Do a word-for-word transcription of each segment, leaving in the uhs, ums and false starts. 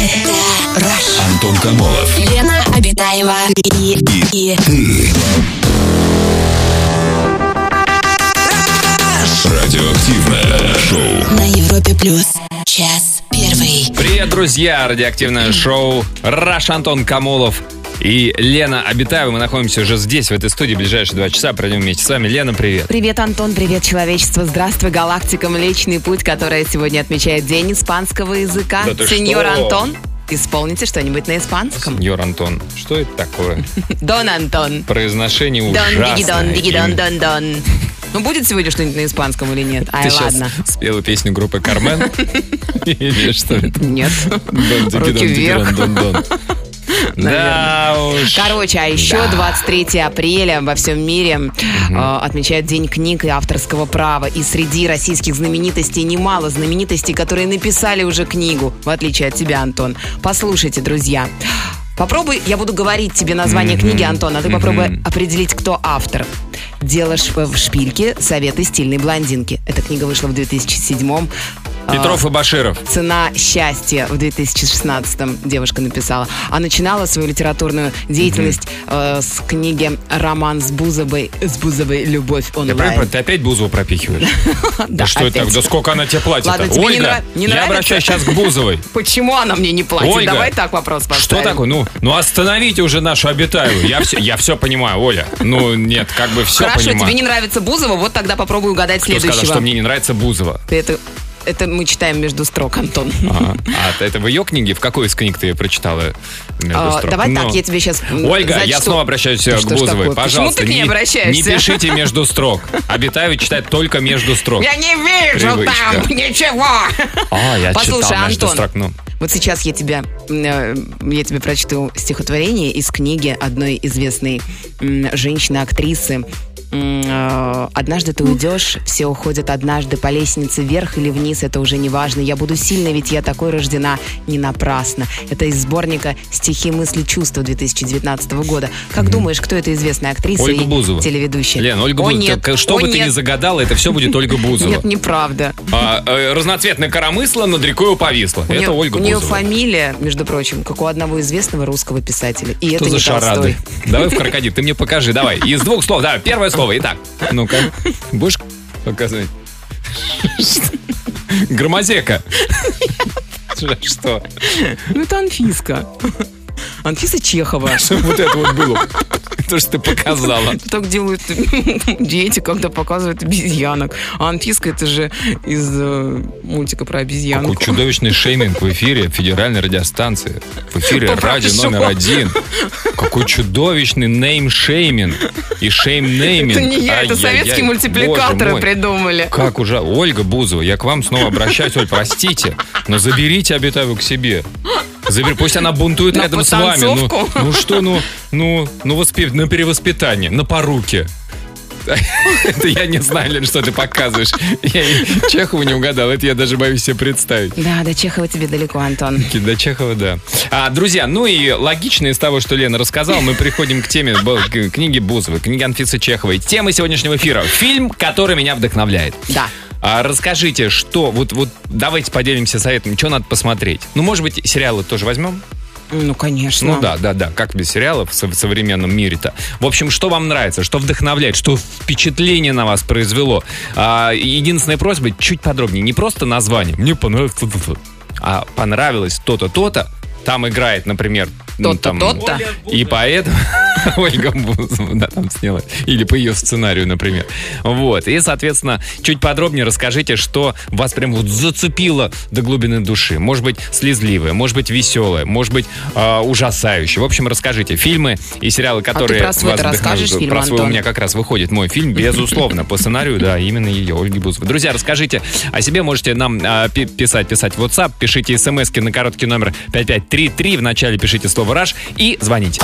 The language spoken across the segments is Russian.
Это Rush. Антон Камолов. Лена Обитаева. И, и, и. Ты. Радиоактивное шоу На Европе Плюс. Час первый. Привет, друзья! Радиоактивное шоу Rush, Антон Камолов и Лена Обитаева. Мы находимся уже здесь, в этой студии, в ближайшие два часа. Пройдем вместе с вами. Лена, привет. Привет, Антон, привет, человечество. Здравствуй, галактика Млечный Путь, которая сегодня отмечает День испанского языка. Да ты Сеньор что? Антон, исполните что-нибудь на испанском. Сеньор Антон, что это такое? Дон Антон. Произношение Дон, ужасное. дигидон, дигидон, И дон, дон. Ну, будет сегодня что-нибудь на испанском или нет? Ай, Ты сейчас ладно. спела песню группы Кармен? Или что это? Нет. Дон, дигидон, Руки вверх. дигидон, дон, дон. Да уж. Короче, а еще Да. двадцать третьего апреля во всем мире э, отмечают День книг и авторского права. И среди российских знаменитостей немало знаменитостей, которые написали уже книгу, в отличие от тебя, Антон. Послушайте, друзья. Попробуй, я буду говорить тебе название Мгм. книги, Антон, а ты Мгм. попробуй определить, кто автор. «Дело ш- в шпильке. Советы стильной блондинки». Эта книга вышла в две тысячи седьмом. Петров и Баширов. «Цена счастья» в две тысячи шестнадцатом девушка написала. А начинала свою литературную деятельность э, с книги «Роман с Бузовой, с Бузовой «Любовь Я онлайн». правильно, ты опять Бузову пропихиваешь? Да что это опять. так? Да сколько она тебе платит? Ладно, тебе не Ольга, нрав- не я нравится? обращаюсь сейчас к Бузовой. Почему она мне не платит? Ольга, Давай так вопрос поставим. Что такое? Ну, ну остановите уже нашу Обитаеву. Я все, я все понимаю, Оля. Ну нет, как бы все Хорошо, понимаю. тебе не нравится Бузова, вот тогда попробуй угадать Кто следующего. сказал, что мне не нравится Бузова? Ты это, это мы читаем между строк, Антон. Ага. А это в ее книге? В какой из книг ты ее прочитала между А, строк? давай Ну. так, я тебе сейчас Ольга, зачту. я снова обращаюсь Да к что ж Бузовой. такое? Пожалуйста, Почему ты к ней не, обращаешься? не пишите между строк. Обитаева читает только между строк. Я не вижу Привычка. там ничего. А, я Послушай, читал между Антон, строк. Ну. вот сейчас я тебя, э, я тебе прочту стихотворение из книги одной известной м, женщины-актрисы. М, э, «Однажды ты уйдешь, все уходят однажды по лестнице вверх или вниз, это уже не важно. Я буду сильной, ведь я такой рождена не напрасно». Это из сборника «Стихи, мысли, чувства» две тысячи девятнадцатого года. Как думаешь, кто эта известная актриса Ольга и Бузова. телеведущая? Лен, Ольга О, Бузова. нет, Так, что о, бы ты нет. ни загадала, это все будет Ольга Бузова. Нет, неправда. А, э, разноцветное коромысло над рекою повисло. У Это нее, Ольга у нее Бузова. фамилия, между прочим, как у одного известного русского писателя. И Что это за не шарады? Толстой. Давай в крокодил, ты мне покажи, давай. Из двух слов, давай, первое слово. Итак, ну-ка, будешь показывать? Громозека. Что? Ну, это Анфиска. Анфиса Чехова. Что вот это вот было? То, что ты показала. Так делают дети, когда показывают обезьянок. А Анфиска — это же из э, мультика про обезьянок. Какой чудовищный шейминг в эфире федеральной радиостанции. В эфире радио Попрошу. номер один. Какой чудовищный нейм-шейминг и шейм-нейминг. Это не я, это Ай-яй-яй, советские боже мультипликаторы мой. придумали. Как уже, Ольга Бузова, я к вам снова обращаюсь, Оль, простите, но заберите Обитаеву к себе. Забери, пусть она бунтует На рядом с вами. Ну, потанцовку? ну что, ну, ну, ну воспи- на перевоспитание, на поруки. Это я не знаю, Лен, что ты показываешь. Я и Чехову не угадал, это я даже боюсь себе представить. Да, до Чехова тебе далеко, Антон. До Чехова, да. А, друзья, ну и логично из того, что Лена рассказала, мы приходим к теме б- к книги Бузовой, книги Анфисы Чеховой. Тема сегодняшнего эфира. Фильм, который меня вдохновляет. Да. А расскажите, что, вот, вот давайте поделимся советами, что надо посмотреть. Ну, может быть, сериалы тоже возьмем? Ну, конечно. Ну да, да, да, как без сериалов в со- в современном мире-то. В общем, что вам нравится, что вдохновляет, что впечатление на вас произвело. А, единственная просьба, чуть подробнее, не просто название, мне понравилось то-то, а понравилось то-то, то-то. Там играет, например, ну, То-то, там, то-то. и поэтому Ольга Бузова, да, там сняла. Или по ее сценарию, например. Вот. И, соответственно, чуть подробнее расскажите, что вас прям вот зацепило до глубины души. Может быть, слезливое, может быть, веселое, может быть, э, ужасающее. В общем, расскажите. Фильмы и сериалы, которые про свой-то вас расскажешь вдохновляют. фильм, Про свой у Антон? меня как раз выходит мой фильм, безусловно, по сценарию, да, именно ее, Ольги Бузовой. Друзья, расскажите о себе, можете нам э, пи- писать, писать в WhatsApp, пишите смски на короткий номер пять пять три три, в начале пишите слово «Раш» и звоните.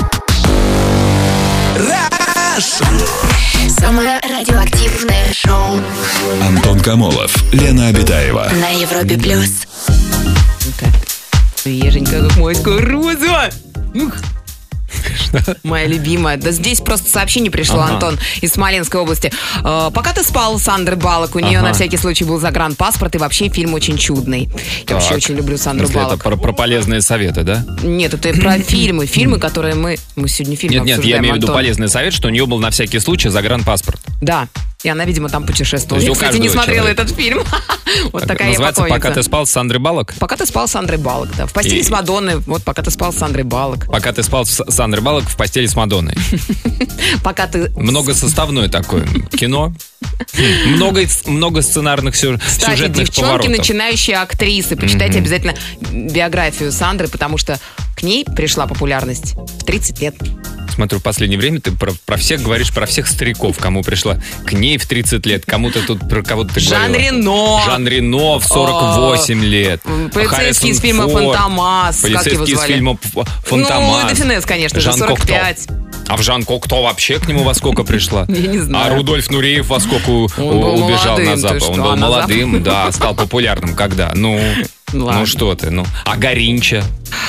Самое радиоактивное шоу Антон Камолов, Лена Обитаева. на Европе Плюс. Свеженькая, как моська роза. Ух. Моя любимая. Да здесь просто сообщение пришло, Ага. Антон, из Смоленской области. Э, Пока ты спал, Сандры Баллок, у нее Ага. на всякий случай был загранпаспорт, и вообще фильм очень чудный. Я вообще Так. очень люблю В Сандру смысле, это Баллок. про, про полезные советы, да? Нет, это про фильмы. Фильмы, которые мы... Мы сегодня фильм Нет, нет, я обсуждаем, имею в виду Антон. полезный совет, что у нее был на всякий случай загранпаспорт. Да. И она, видимо, там путешествовала. То есть Я, у кстати, не каждого смотрела человека. этот фильм. Вот такая я Называется покойница. «Пока ты спал с Сандрой Баллок». Пока ты спал с Сандрой Баллок, да. В постели И- с Мадонной. Вот пока ты спал с Сандрой Баллок. Пока ты спал с Сандрой Баллок в постели с Мадонной. Пока ты... Многосоставное такое кино. Много, много сценарных сюр- Кстати, сюжетных девчонки, поворотов. начинающие актрисы, почитайте обязательно биографию Сандры, потому что к ней пришла популярность в тридцать лет. Смотрю, в последнее время ты про, про всех говоришь, про всех стариков, кому пришла к ней в тридцать лет, кому-то тут про кого-то ты Жан говорила. Рено. Жан Рено в сорок восемь лет. Полицейский Харрисон из фильма Форд. «Фантомас». Как его Полицейский из звали? фильма Ф- «Фантомас». Ну, Дефинес, конечно же, Жан сорок Кокто. пять. А в Жан Кокто вообще к нему во сколько пришла? Я не знаю. А Рудольф Нуреев во сколько у- Он был убежал молодым, на ты Запад? что, Он был а на молодым, да, стал популярным когда? Ну, Ладно. ну что ты, ну. А Гаринча?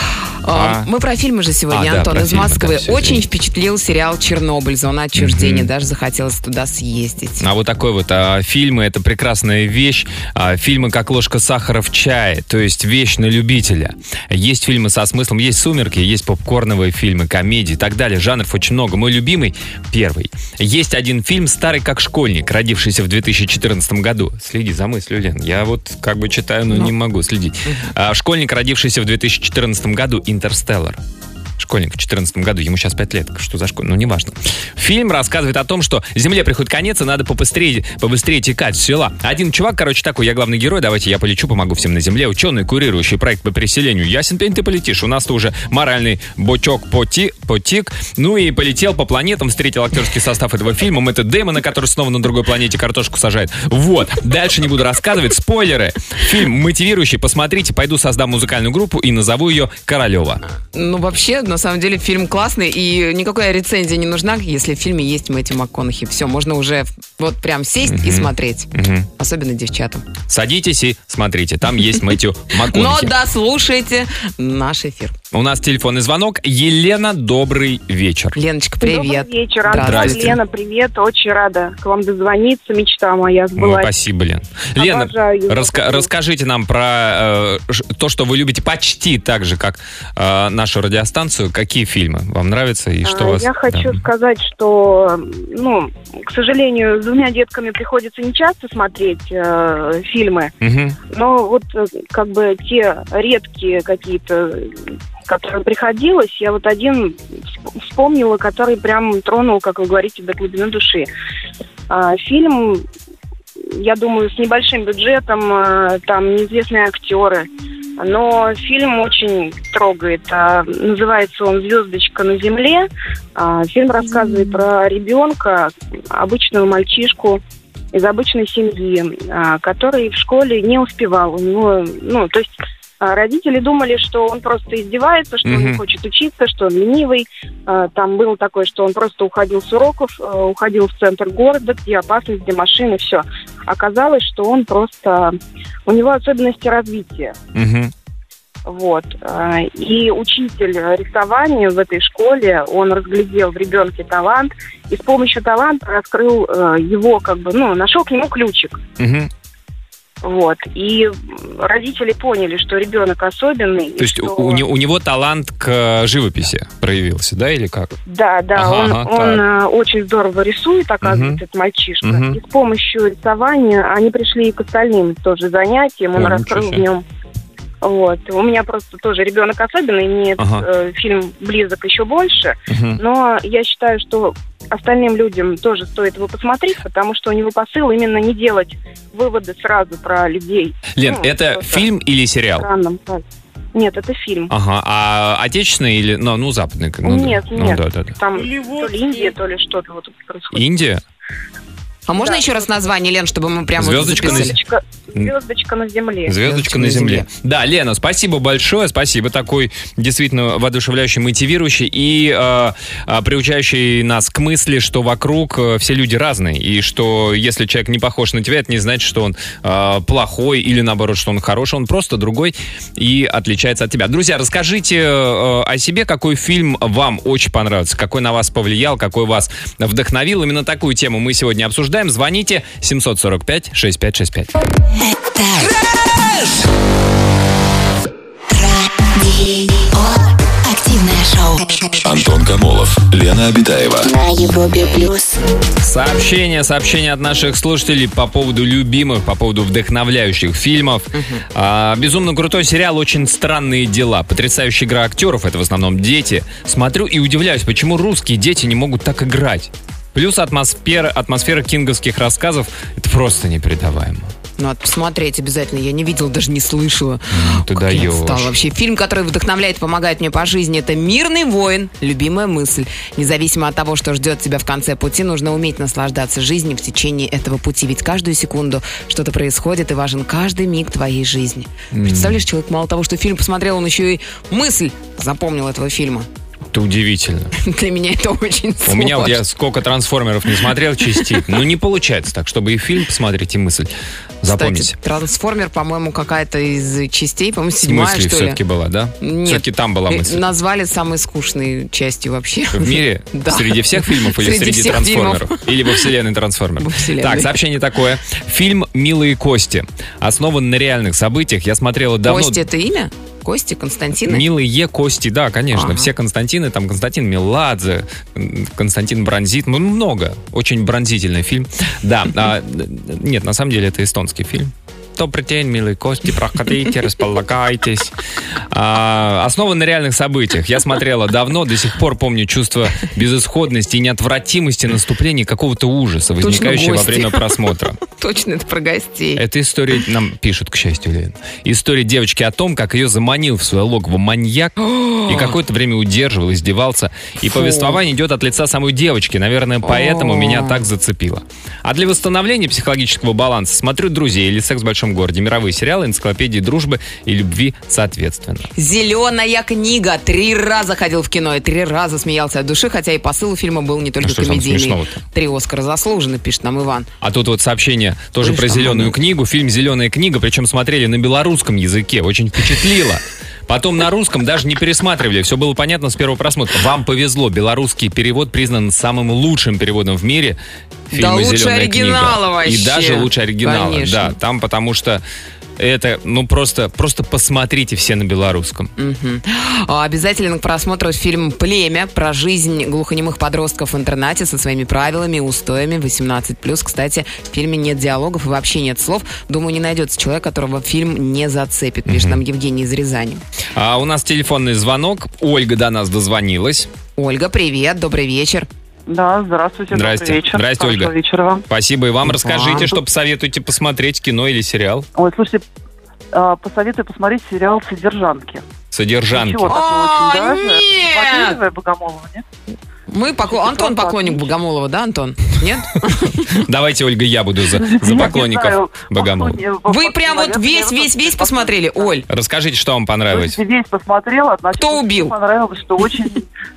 А, А. Мы про фильмы же сегодня, А, да, Антон, про из фильмы, Москвы. да, всё, Очень извините. впечатлил сериал «Чернобыль. Зона отчуждения». Даже захотелось туда съездить. А вот такой вот а, фильмы — это прекрасная вещь. А, фильмы как ложка сахара в чае, то есть вещь на любителя. Есть фильмы со смыслом, есть «Сумерки», есть попкорновые фильмы, комедии и так далее. Жанров очень много. Мой любимый — первый. Есть один фильм «Старый как школьник», родившийся в две тысячи четырнадцатом году. Следи за мыслью, Лен. Я вот как бы читаю, но Ну. не могу следить. А, школьник, родившийся в две тысячи четырнадцатом году, «Интерстеллар». Школьник в четырнадцатом году, ему сейчас пять лет. Что за школьник? Ну, неважно. Фильм рассказывает о том, что Земле приходит конец, и надо побыстрее, побыстрее текать с села. Один чувак, короче, такой, я главный герой, давайте я полечу, помогу всем на Земле. Ученый, курирующий проект по переселению. Ясен пень, ты полетишь. У нас-то уже моральный бочок поти, потик. Ну и полетел по планетам, встретил актерский состав этого фильма. Мэтт Дэймона, который снова на другой планете картошку сажает. Вот. Дальше не буду рассказывать. Спойлеры. Фильм мотивирующий. Посмотрите, пойду создам музыкальную группу и назову ее «Королева». Ну, вообще, на самом деле, фильм классный, и никакая рецензия не нужна, если в фильме есть Мэтью МакКонахи. Все, можно уже вот прям сесть и смотреть. Особенно девчатам. Садитесь и смотрите. Там есть Мэтью Но МакКонахи. дослушайте наш эфир. У нас телефонный звонок. Елена, добрый вечер. Леночка, привет. Добрый вечер, Антон, Здрасте. Лена, привет. Очень рада к вам дозвониться. Мечта моя Ой, сбылась. спасибо, Лен. Лена, Обожаю его. раска- расскажите нам про э, ш- то, что вы любите почти так же, как э, нашу радиостанцию. Какие фильмы вам нравятся и что А, вас... Я хочу да. сказать, что, ну, к сожалению, с двумя детками приходится не часто смотреть э, фильмы, Мгм. но вот э, как бы те редкие какие-то, которые приходилось, я вот один всп- вспомнила, который прям тронул, как вы говорите, до глубины души. А, фильм, я думаю, с небольшим бюджетом, э, там неизвестные актеры, но фильм очень трогает. А, называется он «Звездочка на земле». А, фильм рассказывает про ребенка, обычного мальчишку из обычной семьи, а, который в школе не успевал. У него, ну, то есть а, родители думали, что он просто издевается, что он не Мгм. хочет учиться, что он ленивый. А, там было такое, что он просто уходил с уроков, а, уходил в центр города, где опасность, где машины, все. Оказалось, что он просто... У него особенности развития. Мгм. Вот. А, И учитель рисования в этой школе, он разглядел в ребенке талант и с помощью таланта раскрыл э, его, как бы, ну, нашел к нему ключик. Мгм. Вот. И родители поняли, что ребенок особенный. То есть что... у, у не- у него талант к живописи проявился, да, или как? Да, да, Ага, он, ага, он э, очень здорово рисует, оказывается, Мгм. этот мальчишка. Мгм. И с помощью рисования они пришли и к остальным тоже занятиям, он О, раскрыл ничего в себе. нем. Вот. У меня просто тоже ребенок особенный, мне Ага. этот э, фильм близок еще больше, Мгм. но я считаю, что остальным людям тоже стоит его посмотреть, потому что у него посыл именно не делать выводы сразу про людей. Лен, Ну, это просто фильм или в сериал? странном плане. Нет, это фильм. Ага, а отечественный или, ну, ну западный? Ну, да. Нет, Ну, нет. да, да, да. Там то ли Индия, то ли что-то вот происходит. Индия? А можно Да. еще раз название, Лен, чтобы мы прямо Звездочка на записали? Звездочка, Звездочка на земле. Звездочка на земле. Да, Лена, спасибо большое, спасибо. Такой действительно воодушевляющий, мотивирующий и э, э, приучающий нас к мысли, что вокруг э, все люди разные. И что если человек не похож на тебя, это не значит, что он э, плохой или наоборот, что он хороший. Он просто другой и отличается от тебя. Друзья, расскажите э, о себе, какой фильм вам очень понравился, какой на вас повлиял, какой вас вдохновил. Именно такую тему мы сегодня обсуждаем. Звоните семьсот сорок пять шестьдесят пять шестьдесят пять. Активное шоу. Антон Камолов, Лена Обитаева. На Европе Плюс. Сообщение, сообщение от наших слушателей по поводу любимых, по поводу вдохновляющих фильмов. Uh-huh. А, безумно крутой сериал «Очень странные дела». Потрясающая игра актеров, это в основном дети. Смотрю и удивляюсь, почему русские дети не могут так играть. Плюс атмосфера, атмосфера кинговских рассказов, это просто непередаваемо. Надо посмотреть обязательно. Я не видела, даже не слышала. Mm, ты как я даешь. отстала вообще. Фильм, который вдохновляет, помогает мне по жизни, это «Мирный воин». Любимая мысль. Независимо от того, что ждет тебя в конце пути, нужно уметь наслаждаться жизнью в течение этого пути. Ведь каждую секунду что-то происходит, и важен каждый миг твоей жизни. Mm. Представляешь, человек мало того, что фильм посмотрел, он еще и мысль запомнил этого фильма. Это удивительно. Для меня это очень сложно. У меня вот я сколько трансформеров не смотрел частей, но не получается так, чтобы и фильм посмотреть, и мысль запомнить. Кстати, трансформер, по-моему, какая-то из частей, по-моему, седьмая, мысли что ли? все-таки была, да? Нет. Все-таки там была мысль. Назвали самой скучной частью вообще. В мире? Да. Среди всех фильмов или Среди среди всех трансформеров? фильмов. Или во вселенной трансформеров? Во вселенной. Так, сообщение такое. Фильм «Милые кости» основан на реальных событиях. Я смотрела давно... Кости — это имя? Кости, Константины? Милые кости, да, конечно. Ага. Все Константины, там Константин Меладзе, Константин Бронзит, ну, много. Очень бронзительный фильм. Да, а, нет, на самом деле это эстонский фильм. Добрый день, милые кости, проходите, располагайтесь. А, основан на реальных событиях. Я смотрела давно, до сих пор помню чувство безысходности и неотвратимости наступления какого-то ужаса, возникающего во время просмотра. Точно, это про гостей. Эта история, нам пишут, к счастью, Лен, история девочки о том, как ее заманил в свое логово маньяк и какое-то время удерживал, издевался. И повествование идет от лица самой девочки. Наверное, поэтому меня так зацепило. А для восстановления психологического баланса смотрю «Друзей» или «Секс в большом городе». Мировые сериалы, энциклопедии дружбы и любви соответственно. «Зеленая книга». Три раза ходил в кино и три раза смеялся от души, хотя и посыл у фильма был не только а комедийный. Три Оскара заслуженно, пишет нам Иван. А тут вот сообщение тоже Видишь, про «Зеленую там, книгу». Фильм «Зеленая книга», причем смотрели на белорусском языке. Очень впечатлило. Потом на русском даже не пересматривали. Все было понятно с первого просмотра. Вам повезло. Белорусский перевод признан самым лучшим переводом в мире. Да лучше оригинала вообще. И даже лучше оригинала. Конечно. Да, там потому что это, ну, просто, просто посмотрите все на белорусском. Угу. Обязательно к просмотру фильм «Племя» про жизнь глухонемых подростков в интернате со своими правилами и устоями. восемнадцать плюс. Кстати, в фильме нет диалогов и вообще нет слов. Думаю, не найдется человек, которого фильм не зацепит. Пишет угу. нам Евгений из Рязани. А у нас телефонный звонок. Ольга до нас дозвонилась. Ольга, привет, добрый вечер. Да, здравствуйте, Здрасте. добрый вечер. Здрасте, Ольга. Хорошего вечера вам. Спасибо и вам. Да. Расскажите, что посоветуете посмотреть, кино или сериал? Ой, слушайте, посоветую посмотреть сериал «Содержанки». «Содержанки». Ничего такого очень даже. Нет! Смотрели Богомолова, нет? Мы поклон... Антон поклонник Богомолова, да, Антон? Нет? Давайте, Ольга, я буду за, за поклонников Богомолова. Вы прям вот весь-весь-весь посмотрели, Оль? Расскажите, что вам понравилось. Весь посмотрела. Кто убил? Мне понравилось, что очень...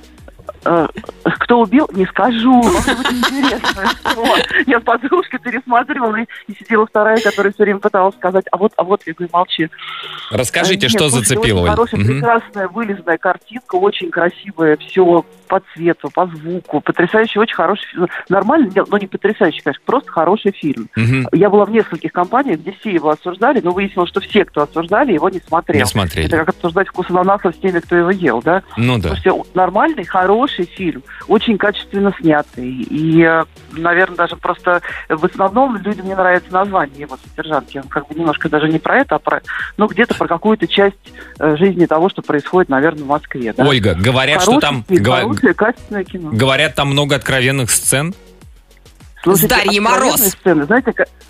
Кто убил, не скажу. Это очень интересно. Я с подружкой пересматривала и, и сидела вторая, которая все время пыталась сказать, а вот, а вот, я говорю, молчи. Расскажите, Нет, что слушайте, зацепило, очень Оль? хорошая, Угу. прекрасная, вылезная картинка, очень красивая, все по цвету, по звуку. Потрясающий, очень хороший фильм. Нормальный, но не потрясающий, конечно, просто хороший фильм. Угу. Я была в нескольких компаниях, где все его осуждали, но выяснилось, что все, кто осуждали, его не смотрели. Не смотрели. Это как обсуждать вкус ананаса с теми, кто его ел, да? Ну да. Слушайте, нормальный, хороший фильм, очень качественно снятый. И, наверное, даже просто в основном людям не нравится название его «Содержанки». Он как бы немножко даже не про это, а про, ну, где-то про какую-то часть э, жизни того, что происходит, наверное, в Москве. Да? Ольга, говорят, хороший что там... фильм, Гва... хорошее, качественное кино. Говорят, там много откровенных сцен. Слушайте, С Дарьей откровенные Мороз. Сцены, знаете, как...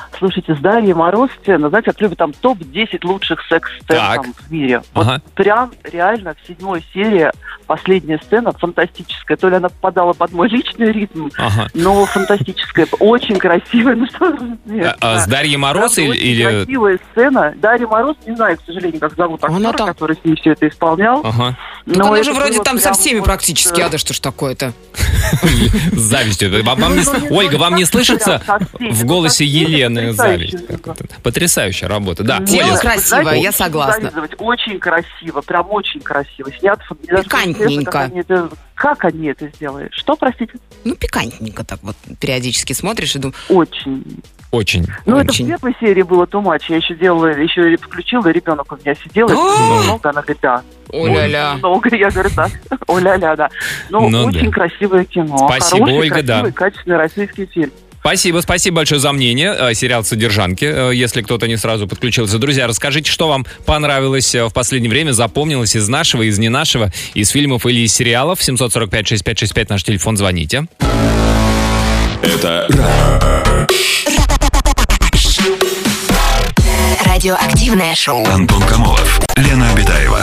Слушайте, с Дарьей Мороз сцена, знаете, как любят там топ десять лучших секс-сцен Так. там в мире. Ага. Вот прям реально в седьмой серии последняя сцена фантастическая. То ли она попадала под мой личный ритм, Ага. но фантастическая, очень красивая. Ну что же, нет, А, а да. с Дарьей Мороз Правда, или... очень или- красивая сцена. Дарья Мороз, не знаю, к сожалению, как зовут Она актера, там- который с ней все это исполнял. Ага. Так Но она это же вроде было там со прям всеми вот, практически, э, а да что ж такое-то? С завистью. Вам, вам не с- Ну, ну, Ольга, ну, вам не так слышится прям со всеми, в ну, голосе со всеми Елены потрясающе. зависть? Как это? Потрясающая работа. Да, Дело Оля, красивое, Знаете, я очень согласна. завидовать. Очень красиво, прям очень красиво. Снят фон- даже Пикантненько. интересно, Как они, это, как они это сделали? Что, простите? Ну, пикантненько так вот периодически смотришь и думаешь, Очень. очень. Ну, это в Очень. первой серии было too much. Я еще делала, еще и включила, ребенок у меня сидел. и А! много, она говорит, да. о-ля-ля. Много, я говорю, да. О-ля-ля, да. Ну, Ну, очень да. красивое кино. Спасибо, Хороший, Ольга, да. красивый, качественный российский фильм. Спасибо, спасибо большое за мнение. Э, Сериал «Содержанки», э, если кто-то не сразу подключился. Друзья, расскажите, что вам понравилось э, в последнее время, запомнилось из нашего, из не нашего, из фильмов или из сериалов. семь сорок пять шестьдесят пять шестьдесят пять наш телефон, звоните. Это Радиоактивное шоу. Антон Камолов, Лена Обитаева.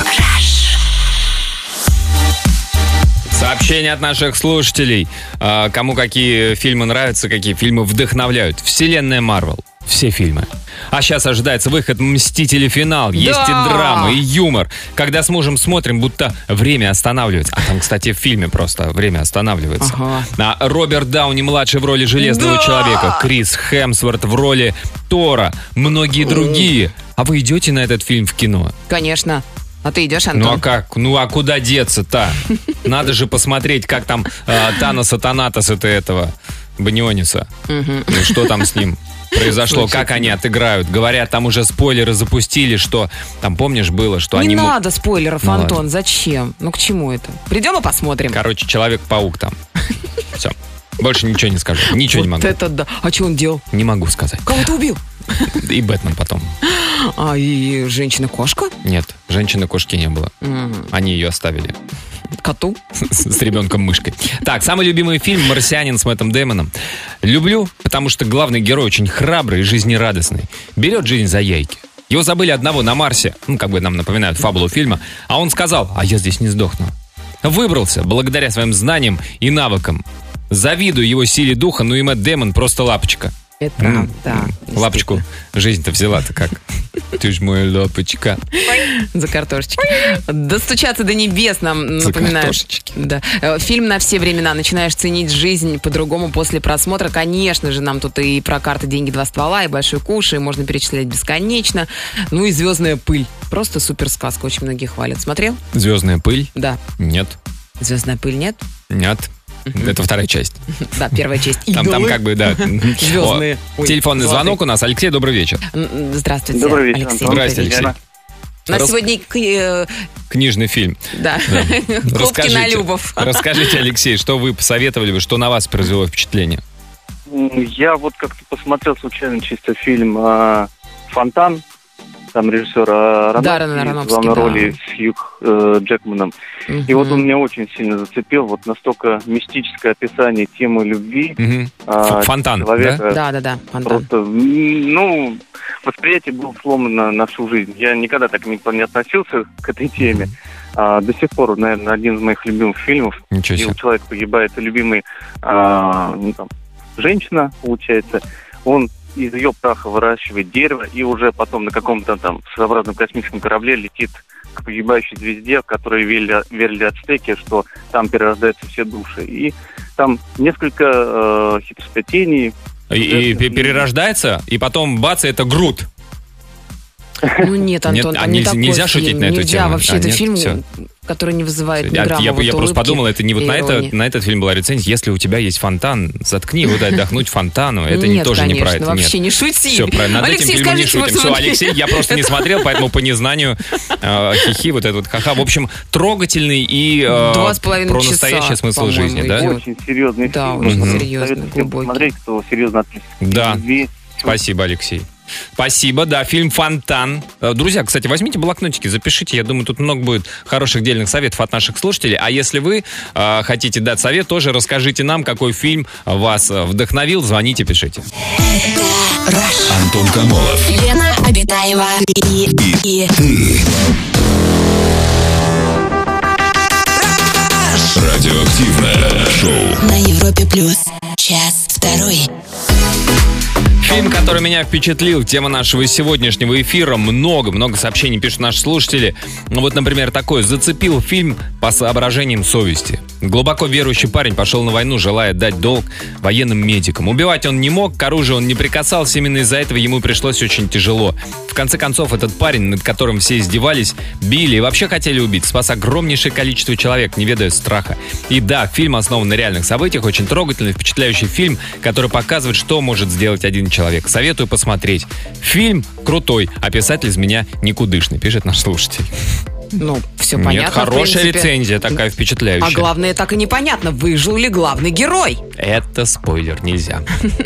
Сообщение от наших слушателей. Э, Кому какие фильмы нравятся, какие фильмы вдохновляют. Вселенная Марвел. Все фильмы. А сейчас ожидается выход «Мстители. Финал». Есть Да! и драма, и юмор. Когда с мужем смотрим, будто время останавливается. А там, кстати, в фильме просто время останавливается. Ага. А Роберт Дауни-младший в роли Железного Да! Человека. Крис Хемсворт в роли Тора. Многие другие. А вы идете на этот фильм в кино? Конечно. А ты идешь, Ну Антон? а как? Ну а куда деться-то? Надо же посмотреть, как там э, Таноса Танатоса-то этого, Баниониса. Ну что там с ним произошло, как они отыграют. Говорят, там уже спойлеры запустили, что там, помнишь, было, что Не они... мо- надо спойлеров, Ну, Антон, ладно. зачем? Ну к чему это? Придем и посмотрим. Короче, Человек-паук там. Все. Больше ничего не скажу. Ничего вот не могу. это да. А что он делал? Не могу сказать. Кого-то убил? И Бэтмен потом. А, и женщина-кошка? Нет, женщины-кошки не было. Мгм. Они ее оставили. Коту? С, с ребенком-мышкой. Так, самый любимый фильм «Марсианин» с Мэттом Дэймоном. Люблю, потому что главный герой очень храбрый и жизнерадостный. Берет жизнь за яйки. Его забыли одного на Марсе, ну, как бы нам напоминают фабулу фильма, а он сказал, а я здесь не сдохну. Выбрался благодаря своим знаниям и навыкам. Завидую его силе духа, ну и Мэтт Дэймон просто лапочка. Это правда, да. Лапочку жизнь-то взяла-то как? Ты ж моя лапочка. За картошечки. Достучаться до небес нам За напоминают. картошечки. Да. Э, Фильм на все времена. Начинаешь ценить жизнь по-другому после просмотра. Конечно же, нам тут и про карты «Деньги, два ствола», и «Большой куш», и можно перечислять бесконечно. Ну и «Звездная пыль». Просто супер сказка. Очень многие хвалят. Смотрел? Звездная пыль? Да. Нет. «Звездная пыль» нет? Нет. Это вторая часть. Да, первая часть. Там, там «Идолы». как бы, да. Звездные. О, Ой, телефонный золотые. звонок у нас. Алексей, добрый вечер. М, Здравствуйте, Добрый вечер, Алексей. Антон. Здрасте, Алексей. Лена. У нас Рас- сегодня к- э, Книжный фильм. да, Да. клуб Расскажите, кинолюбов. расскажите, Алексей, что вы посоветовали бы, что на вас произвело впечатление? М, Я вот как-то посмотрел случайно чисто фильм а, «Фонтан», там режиссер а, Даррен Аронофски, Аронофски, в главной да. роли с Хью э, Джекманом. И вот он Мгм. меня очень сильно зацепил, вот настолько мистическое описание темы любви Мгм. а, Ф- Фонтан, человека. Да, да, да, Фонтан. Просто, м, ну, восприятие было сломано на всю жизнь. Я никогда так не, не относился к этой теме. А, до сих пор, наверное, один из моих любимых фильмов. Ничего Где себе. у человека погибает любимый, а, ну, там, женщина, получается. Он из ее праха выращивает дерево и уже потом на каком-то там своеобразном космическом корабле летит к погибающей звезде, в которой верили, верили ацтеки, что там перерождаются все души. И там несколько э, хитросплетений. И, и пе- перерождается, и потом бац, и это Грут. Ну нет, Антон, Нет, а там не нельзя- такой нельзя фильм. шутить на эту Нельзя тему? вообще, А, это нет? фильм, Всё. который не вызывает ни Я, грамма я- вот я просто улыбки подумал, это не вот и на, это, иронии. на этот фильм была рецензия. Если у тебя есть фонтан, заткни его, дай отдохнуть фонтану. Это не, Нет, тоже не про конечно, это. вообще нет. не шути. Все, правильно. Над Алексей, этим фильмом не скажите, шутим. вот Все, смотри. Алексей, я просто не смотрел, поэтому по незнанию э, хихи, вот этот вот ха-ха. В общем, трогательный и э, Два с половиной про часа, настоящий смысл по-моему, жизни, да? идет. Очень серьезный Да, фильм. очень Мгм. серьезный, Советую всем глубокий. посмотреть, кто серьезно относится Да. к любви. Спасибо, Алексей. Спасибо, да, фильм «Фонтан». Э, Друзья, кстати, возьмите блокнотики, запишите. Я думаю, тут много будет хороших дельных советов от наших слушателей. А если вы э, хотите дать совет, тоже расскажите нам, какой фильм вас э, вдохновил. Звоните, пишите. Антон Камолов. Лена Обитаева. И, и, Ты. Радиоактивное шоу. На Европе плюс. Час второй. Фильм, который меня впечатлил, тема нашего сегодняшнего эфира. Много-много сообщений пишут наши слушатели. Вот, например, такой. Зацепил фильм по соображениям совести. Глубоко верующий парень пошел на войну, желая дать долг военным медикам. Убивать он не мог, к оружию он не прикасался. Именно из-за этого ему пришлось очень тяжело. В конце концов, этот парень, над которым все издевались, били и вообще хотели убить, спас огромнейшее количество человек, не ведая страха. И да, фильм основан на реальных событиях. Очень трогательный, впечатляющий фильм, который показывает, что может сделать один человек. Советую посмотреть. Фильм крутой, а писатель из меня никудышный, пишет наш слушатель. Ну, все понятно. Нет, хорошая в принципе. рецензия, такая впечатляющая. А главное, так и непонятно, выжил ли главный герой. Это спойлер, нельзя.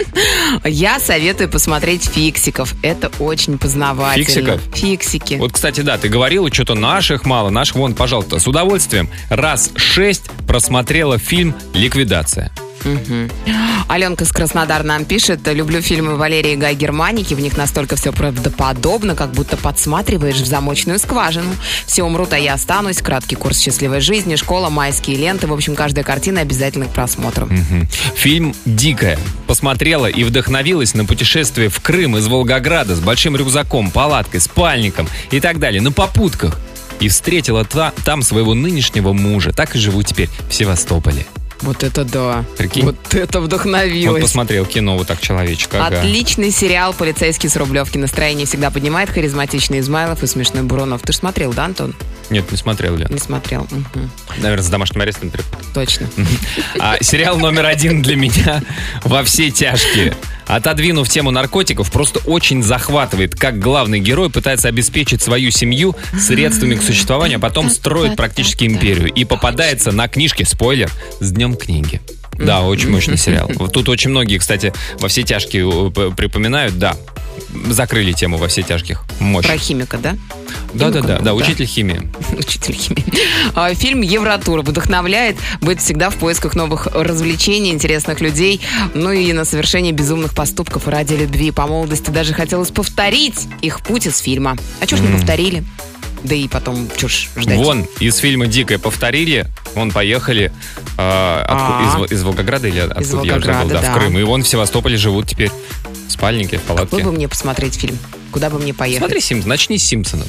Я советую посмотреть «Фиксиков». Это очень познавательно. Фиксиков? Фиксики. Вот, кстати, да, ты говорила, что-то наших мало, наших вон, пожалуйста, с удовольствием. Раз шесть просмотрела фильм «Ликвидация». Угу. Аленка из Краснодара нам пишет: люблю фильмы Валерии Гай Германики. В них настолько все правдоподобно, как будто подсматриваешь в замочную скважину. Все умрут, а я останусь. Краткий курс счастливой жизни, школа, майские ленты. В общем, каждая картина обязательно к просмотру. Угу. Фильм «Дикая». Посмотрела и вдохновилась на путешествие в Крым из Волгограда с большим рюкзаком, палаткой, спальником и так далее, на попутках. И встретила та, там своего нынешнего мужа. Так и живу теперь в Севастополе. Вот это да. Прикинь? Вот это вдохновилось. Вот посмотрел кино вот так человечек. Ага. Отличный сериал «Полицейский с Рублевки». Настроение всегда поднимает. Харизматичный Измайлов и смешной Бурунов. Ты же смотрел, да, Антон? Нет, не смотрел, Лен. Не смотрел. Угу. Наверное, с домашним арестом. Точно. А сериал номер один для меня «Во все тяжкие». Отодвинув тему наркотиков, просто очень захватывает, как главный герой пытается обеспечить свою семью средствами к существованию, а потом строит практически империю. И попадается на книжке, спойлер, с Днем книги. Да, очень мощный сериал. Вот тут очень многие, кстати, «Во все тяжкие» припоминают. Да, закрыли тему «Во все тяжких». Мощь. Про химика, да? Да-да-да, да, учитель химии. Учитель химии. Фильм «Евротур» вдохновляет быть всегда в поисках новых развлечений, интересных людей, ну и на совершение безумных поступков ради любви. По молодости даже хотелось повторить их путь из фильма. А чё ж не повторили? Да и потом, чё ж ждать? Вон, из фильма «Дикая» повторили, вон поехали э, откуда, из, из Волгограда или откуда, из Волгограда, я уже забыл, да, да. в Крым. И вон в Севастополе живут теперь в спальнике, в палатке. Какой бы мне посмотреть фильм? Куда бы мне поехать? Смотри «Симпсонов», начни с «Симпсонов».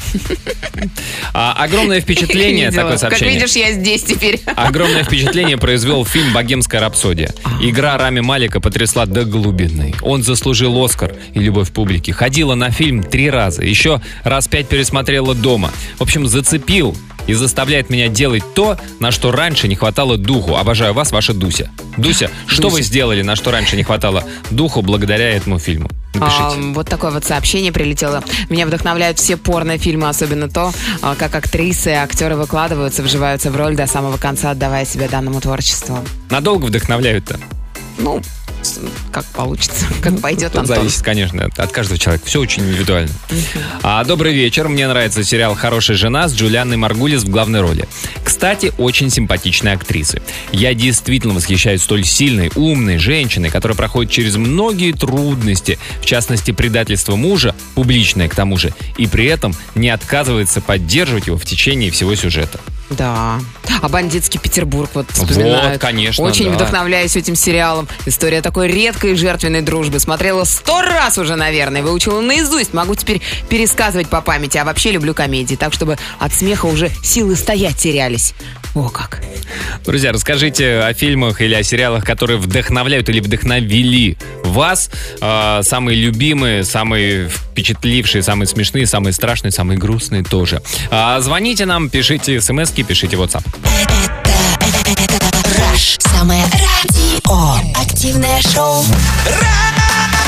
А, огромное впечатление, такое сообщение. Как видишь, я здесь теперь. Огромное впечатление произвел фильм «Богемская рапсодия». Игра Рами Малика потрясла до глубины. Он заслужил Оскар и любовь публики. Ходила на фильм три раза. Еще раз пять пересмотрела дома. В общем, зацепил и заставляет меня делать то, на что раньше не хватало духу. Обожаю вас, ваша Дуся. Дуся, что Дуся. вы сделали, на что раньше не хватало духу благодаря этому фильму? Напишите. А, вот такое вот сообщение прилетело. Меня вдохновляют все порнофильмы, особенно то, как актрисы и актеры выкладываются, вживаются в роль до самого конца, отдавая себя данному творчеству. Надолго вдохновляют-то? Ну, как получится, как пойдет, Тут Антон. зависит, конечно, от, от каждого человека. Все очень индивидуально. А, добрый вечер. Мне нравится сериал «Хорошая жена» с Джулианной Маргулис в главной роли. Кстати, очень симпатичные актрисы. Я действительно восхищаюсь столь сильной, умной женщиной, которая проходит через многие трудности, в частности, предательство мужа, публичное к тому же, и при этом не отказывается поддерживать его в течение всего сюжета. Да. А «Бандитский Петербург» вот вспоминают. Вот, конечно, Очень да. вдохновляюсь этим сериалом. История такой редкой жертвенной дружбы. Смотрела сто раз уже, наверное. Выучила наизусть. Могу теперь пересказывать по памяти. А вообще люблю комедии. Так, чтобы от смеха уже силы стоять терялись. О, как. Друзья, расскажите о фильмах или о сериалах, которые вдохновляют или вдохновили вас. Э, самые любимые, самые впечатлившие, самые смешные, самые страшные, самые грустные тоже. А звоните нам, пишите смски, пишите в WhatsApp. Это, это, это Rush. Самое радио. Активное шоу.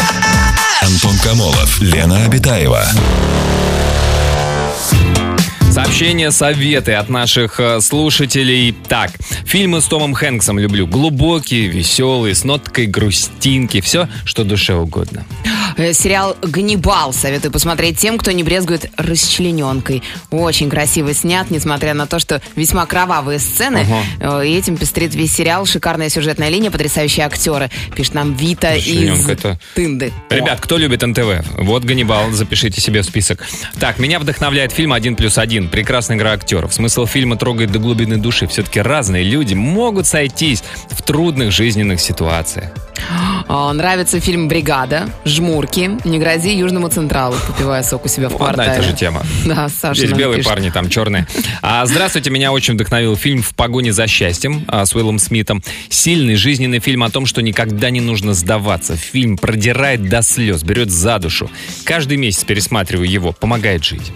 Антон Камолов, Лена Обитаева. Сообщения, советы от наших э, слушателей. Так, фильмы с Томом Хэнксом люблю. Глубокие, веселые, с ноткой грустинки. Все, что душе угодно. Э, Сериал «Ганнибал» советую посмотреть тем, кто не брезгует расчлененкой. Очень красиво снят, несмотря на то, что весьма кровавые сцены. Ага. Э, И этим пестрит весь сериал. Шикарная сюжетная линия, потрясающие актеры. Пишет нам Вита из Расчлененка это- Тынды. Ребят, кто любит эн тэ вэ? Вот «Ганнибал», запишите себе в список. Так, меня вдохновляет фильм «Один плюс один». Прекрасная игра актеров. Смысл фильма трогает до глубины души. Все-таки разные люди могут сойтись в трудных жизненных ситуациях. О, нравится фильм «Бригада», «Жмурки», «Не грози Южному Централу», попивая сок у себя в Одна квартале. и та же тема. Да, Саша Здесь нам белые пишет. парни, там черные. А, здравствуйте, меня очень вдохновил фильм «В погоне за счастьем» а, с Уиллом Смитом. Сильный жизненный фильм о том, что никогда не нужно сдаваться. Фильм продирает до слез, берет за душу. Каждый месяц пересматриваю его, помогает жить.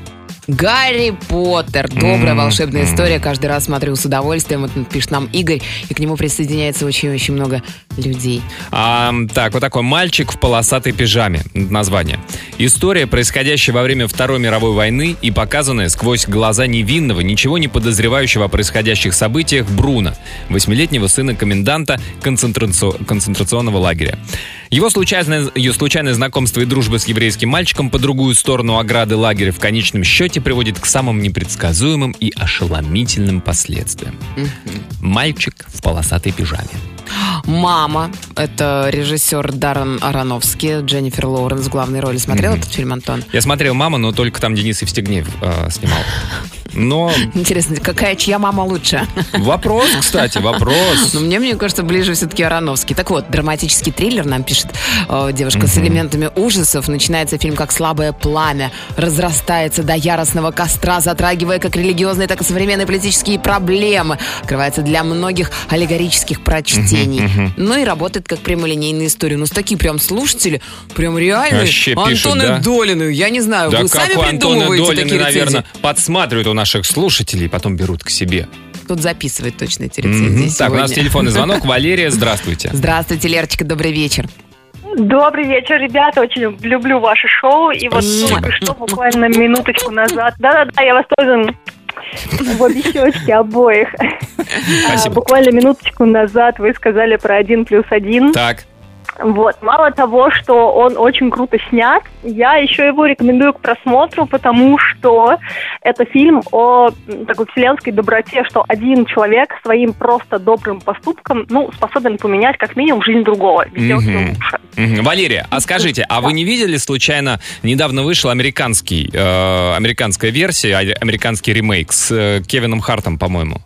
Гарри Поттер. Добрая М, волшебная м. история. Каждый раз смотрю с удовольствием. Вот пишет нам Игорь. И к нему присоединяется очень-очень много людей. А, так, вот такой «Мальчик в полосатой пижаме» название. История, происходящая во время Второй мировой войны и показанная сквозь глаза невинного, ничего не подозревающего о происходящих событиях Бруно, восьмилетнего сына коменданта концентраци- концентрационного лагеря. Его случайное, ее случайное знакомство и дружба с еврейским мальчиком по другую сторону ограды лагеря в конечном счете приводит к самым непредсказуемым и ошеломительным последствиям. «Мальчик в полосатой пижаме». «Мама». Это режиссер Даррен Аронофски. Дженнифер Лоуренс в главной роли. Смотрел Мгм. этот фильм, Антон? Я смотрел «Мама», но только там Денис Евстигнеев э, снимал. Но Интересно, какая чья мама лучше? вопрос, кстати, вопрос. Но мне, мне кажется, ближе все-таки Аронофский. Так вот, драматический триллер, нам пишет э, девушка, с элементами ужасов. Начинается фильм как слабое пламя, разрастается до яростного костра, затрагивая как религиозные, так и современные политические проблемы. Открывается для многих аллегорических прочтений. Ну и работает как прямолинейная история. Ну, с такие прям слушатели, прям реальные Вообще пишут, Антоны да? Долины. Я не знаю, Да вы как сами у Антона придумываете Долина, такие рецензии? наверное, подсматривают у наших слушателей и потом берут к себе. Тут записывает точно эти рецензии Мгм. Так, у нас сегодня. телефонный звонок. Валерия, здравствуйте. Здравствуйте, Лерочка, добрый вечер. Добрый вечер, ребята. Очень люблю ваше шоу. И вот Спасибо. только что, буквально минуточку назад... Да-да-да, я вас тоже в обе щечки обоих. Спасибо. А, Буквально минуточку назад вы сказали про один плюс один. Так, Вот. Мало того, что он очень круто снят, я еще его рекомендую к просмотру, потому что это фильм о м, такой вселенской доброте, что один человек своим просто добрым поступком, ну, способен поменять как минимум жизнь другого, сделать ее Мгм. лучше. Мгм. Валерия, а скажите, а вы не видели случайно, недавно вышел американский, э, американская версия, а- американский ремейк с э, Кевином Хартом, по-моему?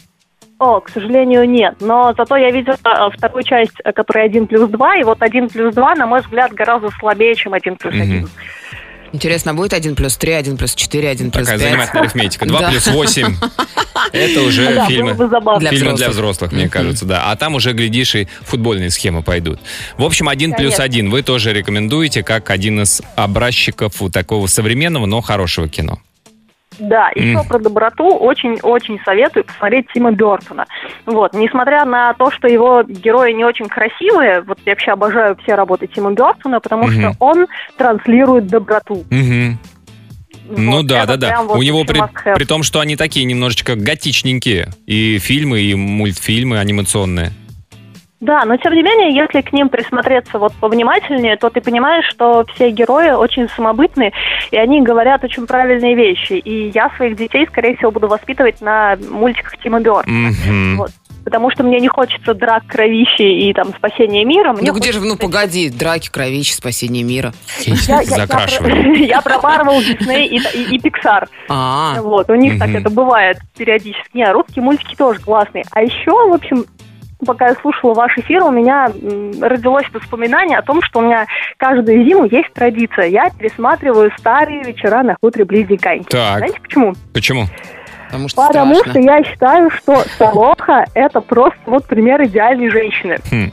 О, к сожалению, нет. Но зато я видела э, вторую часть, э, которая один плюс два, и вот один плюс два, на мой взгляд, гораздо слабее, чем один плюс один. Мгм. Интересно, будет один плюс три, один плюс четыре, один плюс Такая пять? занимательная арифметика. два Да. плюс восемь. Это уже Да, фильмы. было бы забавно. Для Фильмы взрослых. для взрослых, мне Мгм. кажется, да. А там уже, глядишь, и футбольные схемы пойдут. В общем, один плюс Конечно. один вы тоже рекомендуете как один из образчиков у такого современного, но хорошего кино. Да, еще М. про доброту очень-очень советую посмотреть Тима Бёртона. Вот, несмотря на то, что его герои не очень красивые, вот я вообще обожаю все работы Тима Бёртона, потому Мгм. что он транслирует доброту. Мгм. Ну Вот, да, это да, да. прям вот У него вообще при, must have. при том, что они такие немножечко готичненькие. И фильмы, и мультфильмы анимационные. Да, но тем не менее, если к ним присмотреться вот повнимательнее, то ты понимаешь, что все герои очень самобытные, и они говорят очень правильные вещи. И я своих детей, скорее всего, буду воспитывать на мультиках Тима Бёртона. Мгм. Вот. Потому что мне не хочется драк, кровищи и там спасения мира. Мне Ну где же, хочется- ну погоди, драки, кровищи, спасение мира. Я, я- я Закрашивай. про, я про Марвел, Дисней и, и, и Pixar. А, Вот, у них так Мгм. это бывает периодически. Не, русские мультики тоже классные. А еще, в общем, пока я слушала ваш эфир, у меня м, родилось воспоминание о том, что у меня каждую зиму есть традиция. Я пересматриваю старые вечера на хуторе близ Диканьки. Так. Знаете почему? Почему? потому что Потому страшно. что я считаю, что Солоха – это просто вот пример идеальной женщины. Хм.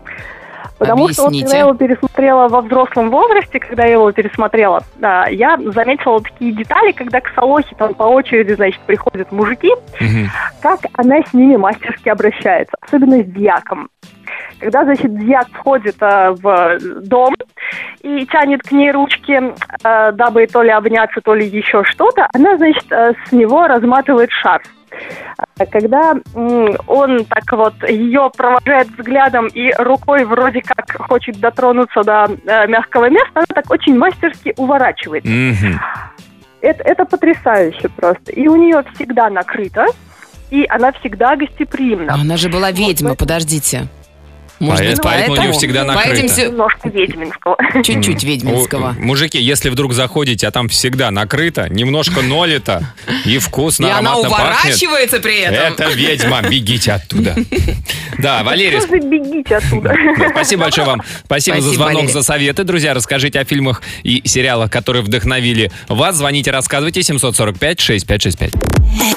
Потому что вот Объясните. когда я его пересмотрела во взрослом возрасте, когда я его пересмотрела, да, я заметила такие детали, когда к Солохе там по очереди, значит, приходят мужики, Мгм. как она с ними мастерски обращается, особенно с дьяком. Когда, значит, дьяк входит э, в дом и тянет к ней ручки, э, дабы то ли обняться, то ли еще что-то, она, значит, э, с него разматывает шарф. Когда м, он так вот ее провожает взглядом и рукой вроде как хочет дотронуться до э, мягкого места, она так очень мастерски уворачивает. Мгм. Это, это потрясающе просто. И у нее всегда накрыто, и она всегда гостеприимна. Она же была ведьма, подождите. Может быть, Поэт- поэтому у нее всегда По этим накрыто. се- Немножко ведьминского. Чуть-чуть ведьминского. О, мужики, если вдруг заходите, а там всегда накрыто, немножко налито, и вкусно, И она ароматно пахнет. уворачивается при этом. Это ведьма, бегите оттуда. Да, Валерий, Что же бегите оттуда? да, спасибо большое вам. Спасибо, за Спасибо, звонок, Валерий. за советы. Друзья, расскажите о фильмах и сериалах, которые вдохновили вас. Звоните, рассказывайте. семьсот сорок пять шестьдесят пять шестьдесят пять.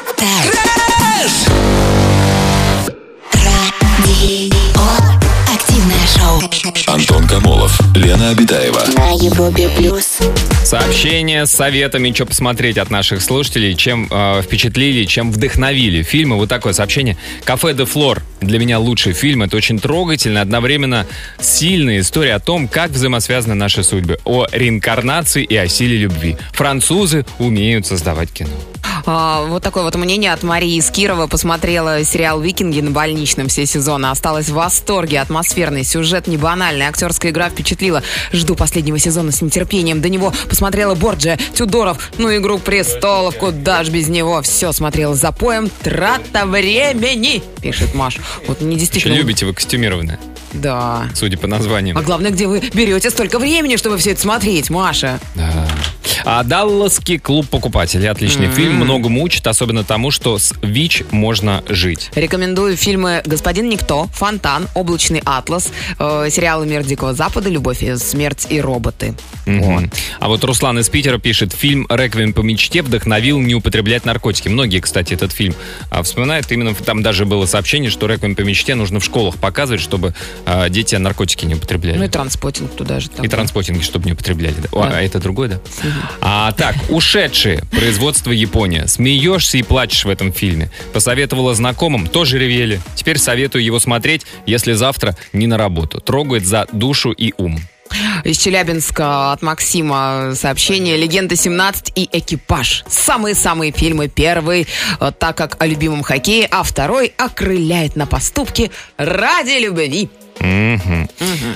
Радио. Активное шоу. Антон Камолов, Лена Обитаева. На Европе плюс. Сообщения с советами, что посмотреть от наших слушателей, чем э, впечатлили, чем вдохновили фильмы. Вот такое сообщение. «Кафе де Флор» для меня лучший фильм. Это очень трогательная, одновременно сильная история о том, как взаимосвязаны наши судьбы. О реинкарнации и о силе любви. Французы умеют создавать кино. А, вот такое вот мнение от Марии из Кирова. Посмотрела сериал «Викинги» на больничном все сезоны. Осталась в восторге. Атмосферный сюжет, не банальный. Актерская игра впечатлила. Жду последнего сезона с нетерпением. До него посмотрела Борджиа, Тюдоров, ну «Игру престолов». Куда ж без него. Все смотрела за поем. Трата времени, пишет Маш. Вот не Еще действительно... любите вы костюмированное, Да. судя по названию. А главное, где вы берете столько времени, чтобы все это смотреть, Маша? Да. А «Далласский клуб покупателей». Отличный фильм. Многому учит, особенно тому, что с ВИЧ можно жить. Рекомендую фильмы «Господин Никто», «Фонтан», «Облачный атлас», э, сериалы «Мир Дикого Запада», «Любовь, и смерть и роботы». Вот. Мгм. А вот Руслан из Питера пишет: фильм «Реквием по мечте» вдохновил не употреблять наркотики. Многие, кстати, этот фильм а, вспоминают. Именно там даже было сообщение, что «Реквием по мечте» нужно в школах показывать, чтобы а, дети наркотики не употребляли. Ну и транспотинг туда же. там. И транспотинги, чтобы не употребляли. Да. О, Да. а это другой, да? А, так, «Ушедшие». Производство Япония. Смеешься и плачешь в этом фильме. Посоветовала знакомым, тоже ревели. Теперь советую его смотреть, если завтра не на работу. Трогает за душу и ум. Из Челябинска от Максима сообщение: «Легенда семнадцать» и «Экипаж». Самые-самые фильмы. Первый, э, так как о любимом хоккее, а второй окрыляет на поступки ради любви. Мгм.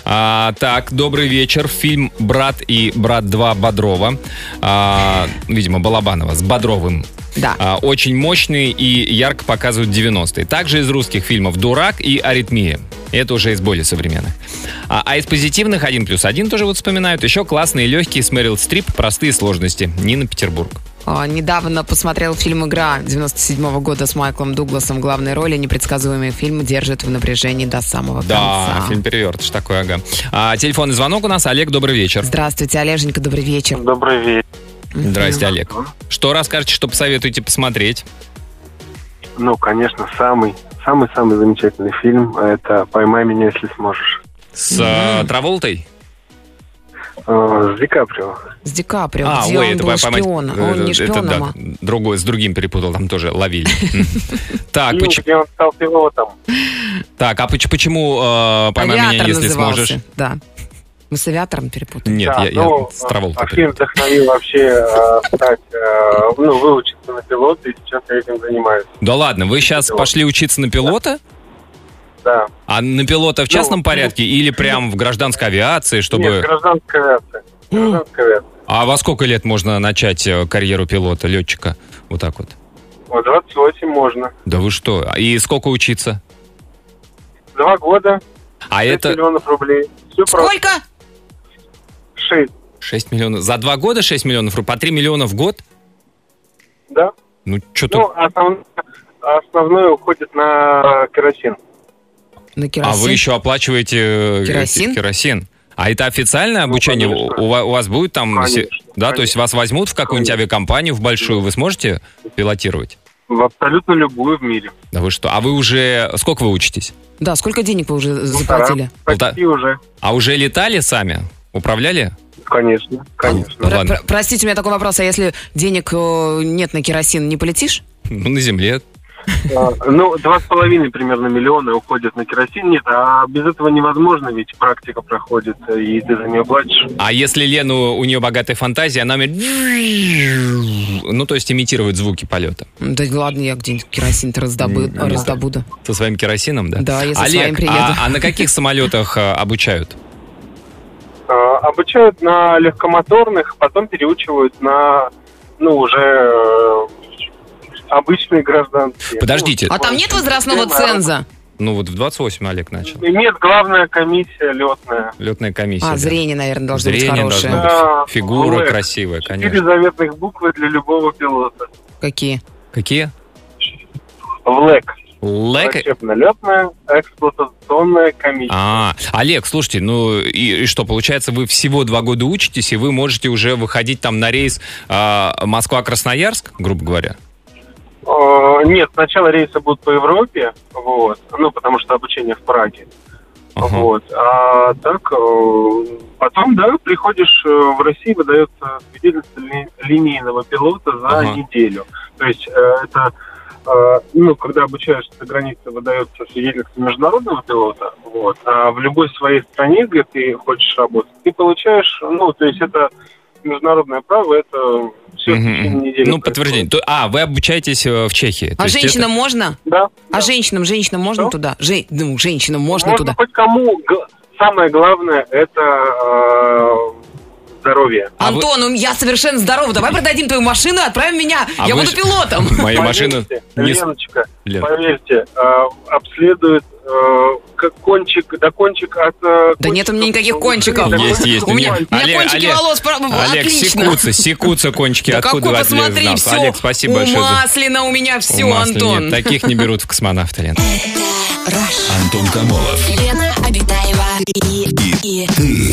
А, так, добрый вечер. Фильм «Брат» и «Брат два» Бодрова. А, видимо, Балабанова с Бодровым. Да. А, очень мощный и ярко показывают девяностые. Также из русских фильмов «Дурак» и «Аритмия». Это уже из более современных. А, а из позитивных «Один плюс один» тоже вот вспоминают. Еще классные, легкие, с Мэрил Стрип, «Простые сложности». Нина Петербург. А, недавно посмотрел фильм «Игра» девяносто седьмого года с Майклом Дугласом в главной роли. Непредсказуемый фильм держит в напряжении до самого Да, конца. фильм «Перевертыш» такой, ага. А, телефонный звонок у нас. Олег, добрый вечер. Здравствуйте, Олеженька, добрый вечер. Добрый вечер. Здрасте, Олег. Что расскажете, что посоветуете посмотреть? Ну, конечно, самый, самый-самый замечательный фильм — это «Поймай меня, если сможешь». С э, Траволтой? Э, С Ди Каприо. С Ди Каприо, А, где ой, он это был поймать- шпионом. Он это- не это шпионом, да, а... другой, с другим перепутал, там тоже ловили. М. Так, Фильм, поч- где он стал пилотом. так, а поч- почему э, «Поймай меня, «Авиатор» если назывался. сможешь»? Да. Мы с «Авиатором» перепутали. Нет, Да, я, я ну, с Траволтой а фильм перепутал. вдохновил вообще э, стать, э, ну, выучиться на пилота, и сейчас я этим занимаюсь. Да ладно, вы сейчас Пилот. пошли учиться на пилота? Да. А на пилота в частном Ну, порядке или прям в гражданской авиации, чтобы... Нет, гражданская авиация. Гражданская авиация. А во сколько лет можно начать э, карьеру пилота, летчика? Вот так вот. Вот двадцать восемь можно. Да вы что? И сколько учиться? Два года, А шесть это миллионов рублей. Все просто. Сколько? Шесть, шесть миллионов. За два года шесть миллионов рублей? По три миллиона в год? да? Ну, что-то... Ну, основ- основное уходит на керосин. На А керосин. вы еще оплачиваете э, Керосин? керосин. А это официальное обучение? Ну, конечно. у, ва- у вас будет там... Конечно, се- Да, то есть вас возьмут в какую-нибудь Конечно. авиакомпанию, в большую, вы сможете пилотировать? В абсолютно любую в мире. Да вы что? А вы уже... Сколько вы учитесь? Да, сколько денег вы уже Полтора. заплатили? Почти уже. А уже летали сами? Управляли? Конечно, конечно. Ну, Про- ладно. про- простите, у меня такой вопрос. А если денег э, нет на керосин, не полетишь? Ну, на земле. Ну, два с половиной примерно миллиона уходят на керосин. Нет, а без этого невозможно, ведь практика проходит, и ты за нее платишь. А если Лена, у нее богатая фантазия, она умеет... Ну, то есть имитировать звуки полета. Да ладно, я где-нибудь керосин-то раздобу... Не, не раздобуду. Со своим керосином, да? Да, я со Олег, своим приеду. а, а на каких самолетах а, обучают? А, обучают на легкомоторных, потом переучивают на, ну, уже э, обычные гражданские. Подождите. А там нет возрастного ценза? Ну, вот в двадцать восемь Олег начал. Нет, главная комиссия летная. Летная комиссия. А, да. зрение, наверное, должно Зрение быть хорошее. должно быть. Да, Фигура Лэк. красивая, Четыре конечно. заветных буквы для любого пилота. Какие? Какие? ВЛЭК. Лэк? Врачебно-летная эксплуатационная комиссия. А, Олег, слушайте, ну и, и что, получается, вы всего два года учитесь, и вы можете уже выходить там на рейс а, Москва-Красноярск, грубо говоря? Э, Нет, сначала рейсы будут по Европе, вот, ну, потому что обучение в Праге. Ага. Вот. А так, э, потом, да, приходишь э, в Россию, выдается свидетельство ли- линейного пилота за Ага. неделю. То есть э, это, э, ну, когда обучаешься за границей, выдается свидетельство международного пилота, вот, а в любой своей стране, где ты хочешь работать, ты получаешь, ну, то есть это международное право, это все в течение Мгм. недели. Ну, подтверждение. То- А, вы обучаетесь э, в Чехии. То А есть женщинам это- можно? Да. А женщинам, женщинам можно Что? туда? Жен- Ну, женщинам можно, Можно туда? хоть кому. Г- Самое главное это э, здоровье. А вы- Антон, ну, я совершенно здорова. Давай продадим твою машину и отправим меня. А я вы буду ж- пилотом. Моя машина... Поверьте, не с- Леночка, Лен. поверьте, э, обследуют э, как кончик, до кончик от... э, Да нет у меня кончиков. никаких кончиков. До Есть, кончиков. есть. У меня, Нет. у меня Олег, кончики Олег, волос про- Олег, отлично. секутся, секутся кончики. Да Откуда какой, вы отлезли? посмотри, Да, все. Олег, спасибо большое. за- Умасленно у меня все, У Маслина Антон. нет, таких не берут в космонавты, Лен. Антон Камолов. Лена Обитаева и, и,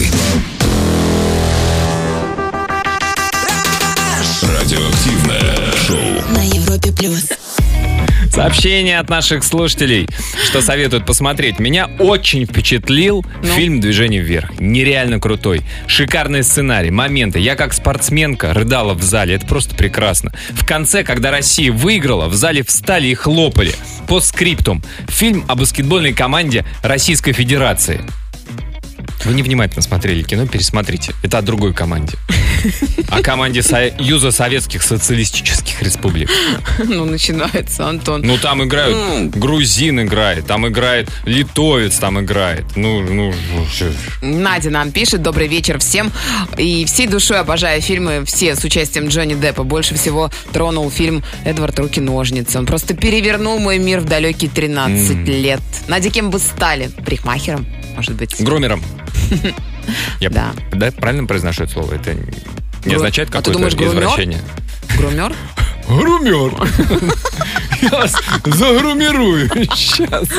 Радиоактивное шоу. на Европе плюс. Сообщение от наших слушателей, что советуют посмотреть. Меня очень впечатлил фильм «Движение вверх». Нереально крутой. Шикарный сценарий, моменты. Я как спортсменка рыдала в зале. Это просто прекрасно. В конце, когда Россия выиграла, в зале встали и хлопали. Постскриптум. Фильм о баскетбольной команде Российской Федерации. Вы невнимательно смотрели кино, пересмотрите. Это о другой команде. О команде Союза Советских Социалистических Республик. Ну, начинается, Антон. Ну, там играют, грузин играет, там играет литовец, там играет. Ну, ну, всё. Надя нам пишет: добрый вечер всем. И всей душой обожаю фильмы, все с участием Джонни Деппа. Больше всего тронул фильм «Эдвард Руки-ножницы». Он просто перевернул мой мир в далекие тринадцать лет. Надя, кем бы стали? Парикмахером, может быть? Грумером. Я Да. да, правильно произношу это слово? Это не Гру- означает А ты какое-то думаешь, грумер? извращение? Грумер? Грумер. Я вас загрумирую сейчас.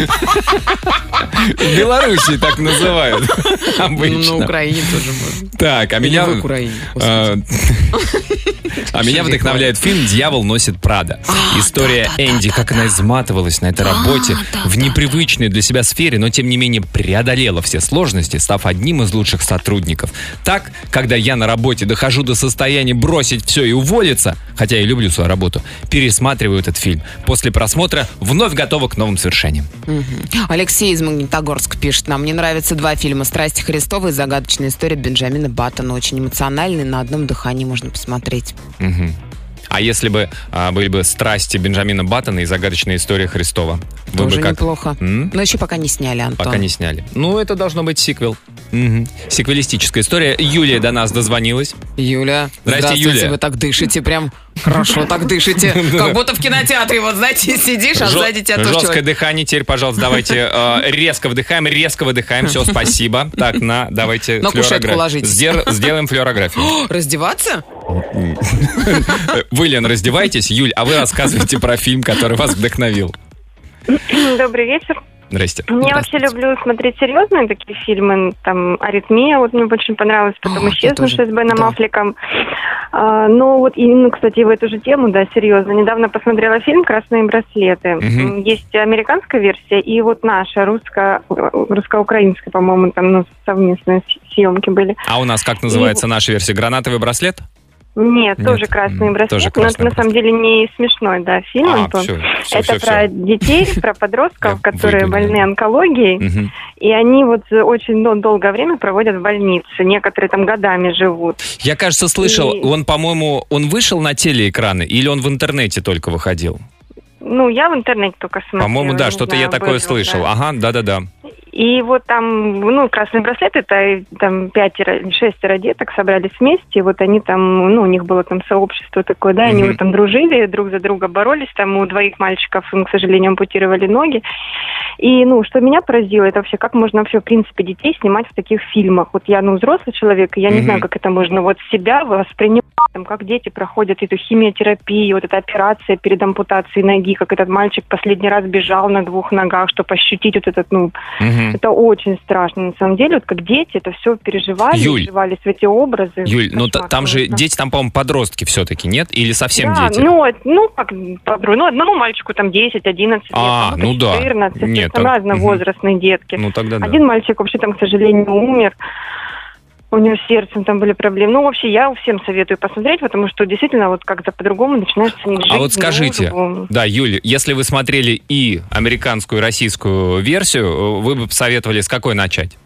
В Белоруссии так называют Ну, обычно. на Украине тоже можно. Так, а Или меня... в Украине. А а меня вдохновляет фильм «Дьявол носит Прада». История Энди, как она изматывалась на этой работе в непривычной для себя сфере, но тем не менее преодолела все сложности, став одним из лучших сотрудников. Так, когда я на работе дохожу до состояния бросить все и уволиться, хотя я люблю свою работу, пересматриваю этот фильм. После просмотра вновь готова к новым свершениям. Мгм. Алексей из Магнитогорска пишет нам: мне нравятся два фильма: «Страсти Христовы» и «Загадочная история Бенджамина Баттона». Очень эмоциональный, на одном дыхании можно посмотреть. Мгм. А если бы а, были бы «Страсти» Бенджамина Баттона и «Загадочная история Христова»? Вы Тоже бы как? неплохо. М? Но еще пока не сняли, Антон. Пока не сняли. Ну, это должно быть сиквел. Мгм. Сиквелистическая история. Юлия до нас дозвонилась. Юля, Здрасте, здравствуйте, Юлия. вы так дышите, прям хорошо так дышите. Как будто в кинотеатре, вот знаете, сидишь, а Жё- сзади тебя тоже Жесткое человек. дыхание. Теперь, пожалуйста, давайте э, резко вдыхаем, резко выдыхаем. Все, спасибо. Так, на, давайте На кушетку флюорографию. ложитесь. Сдел- Сделаем флюорографию. О, раздеваться? Вы, Лен, раздевайтесь. Юль, а вы рассказывайте про фильм, который вас вдохновил. Добрый вечер. Здрасте. Я вообще люблю смотреть серьезные такие фильмы, там «Аритмия», вот мне очень понравилось, потом О, я «Исчезнувшая» тоже, с Беном да. Аффлеком. А, ну вот именно, кстати, в эту же тему, да, серьезно. Недавно посмотрела фильм «Красные браслеты». Мгм. Есть американская версия и вот наша, русско- русско-украинская, по-моему, там ну, совместные с- съемки были. А у нас как называется наша версия? Гранатовый браслет? Нет, Нет? тоже «Красный браслет», тоже но это «Красный на самом деле не смешной, да, фильм, А, Антон. всё, всё, это всё, про всё. детей, про подростков, Я которые выйду, больны да. онкологией, Мгм. и они вот очень ну, долгое время проводят в больнице, некоторые там годами живут. Я, кажется, слышал, И- он, по-моему, он вышел на телеэкраны или он в интернете только выходил? Ну, я в интернете только смотрела. По-моему, да, не что-то знаю, я такое было, слышал. да. Ага, да-да-да. И вот там, ну, «Красный браслет», это там пятеро, шестеро деток собрались вместе, и вот они там, ну, у них было там сообщество такое, да, они Мгм. вот там дружили, друг за друга боролись, там у двоих мальчиков, им, к сожалению, ампутировали ноги. И, ну, что меня поразило, это вообще, как можно вообще, в принципе, детей снимать в таких фильмах. Вот я, ну, взрослый человек, и я не Мгм. знаю, как это можно вот себя воспринимать, там, как дети проходят эту химиотерапию, вот эта операция перед ампутацией ноги, как этот мальчик последний раз бежал на двух ногах, чтобы ощутить вот этот, ну, Мгм. это очень страшно, на самом деле. Вот как дети это все переживали, Юль. вживались в эти образы. Юль, ну та- Кошмар, там же конечно. дети, там, по-моему, подростки все-таки, нет? Или совсем Да, дети? ну, это- ну, как подруг, ну, одному мальчику там десять одиннадцать А, лет, ну кому-то да. четырнадцать, то Нет, есть там так- разновозрастные детки. Ну тогда да. Один мальчик вообще там, к сожалению, умер. У него с сердцем там были проблемы. Ну, вообще, я всем советую посмотреть, потому что действительно вот как-то по-другому начинаешь ценить жизнь. А вот скажите, дружбу. да, Юль, если вы смотрели и американскую, и российскую версию, вы бы посоветовали с какой начать?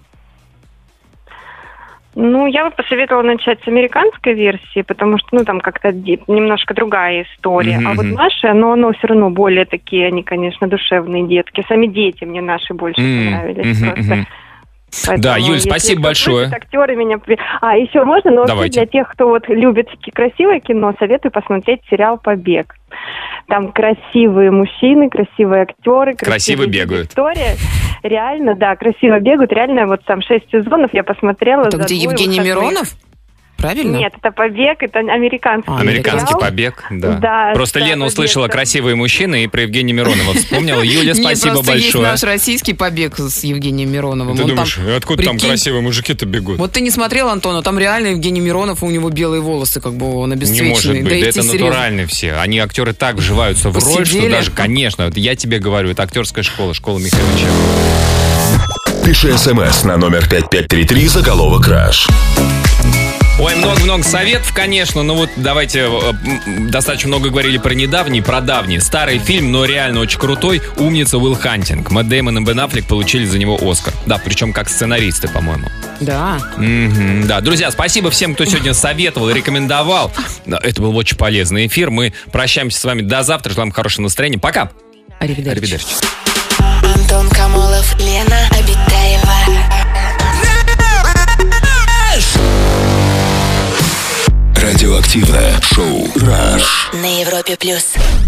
Ну, я бы посоветовала начать с американской версии, потому что, ну, там как-то ди- немножко другая история. Мгм, А вот мгм. наши, но оно все равно более такие, они, конечно, душевные детки. Сами дети мне наши больше М, понравились мгм, просто. мгм. Поэтому, Да, Юль, если спасибо кто большое. слышит, актеры меня... при- А, еще можно, но вообще Давайте. для тех, кто вот любит ки- красивое кино, советую посмотреть сериал «Побег». Там красивые мужчины, красивые актеры. Красиво красивые бегают. История. Реально, да, красиво бегают. Реально, вот там шесть сезонов я посмотрела. Это за где двое Евгений выходных. Миронов? Правильно? Нет, это «Побег», это американский А, Американский сериал. побег, да. Да, Просто да, Лена «Побег», услышала да. «Красивые мужчины» и про Евгения Миронова вспомнила. Юля, Нет, спасибо просто есть большое. наш российский «Побег» с Евгением Мироновым. Ты Он думаешь, там, откуда там прикинь, красивые мужики-то бегут? Вот ты не смотрел, Антон, а там реально Евгений Миронов, у него белые волосы, как бы он Не обесцвеченный. может быть, Да да идти это серьезно. натуральные все. Они, актеры, так вживаются в роль, что Посидели. даже, конечно, вот я тебе говорю, это актерская школа, школа Михаила Чехова. Пиши смс на номер пять пять три три, заголовок «Раш». Ой, много-много советов, конечно, но вот давайте, э, м, достаточно много говорили про недавний, про давний. Старый фильм, но реально очень крутой. «Умница» Уилл Хантинг. Мэтт Дэймон и Бен Аффлек получили за него Оскар. Да, причем как сценаристы, по-моему. Да. Мгм, да, друзья, спасибо всем, кто сегодня советовал, рекомендовал. Да, это был очень полезный эфир. Мы прощаемся с вами до завтра. Желаем хорошего настроения. Пока. Аривидерчи. Аривидерчи. Антон Камолов, Лена Обитаева. Радиоактивное шоу «Раш». На Европе плюс.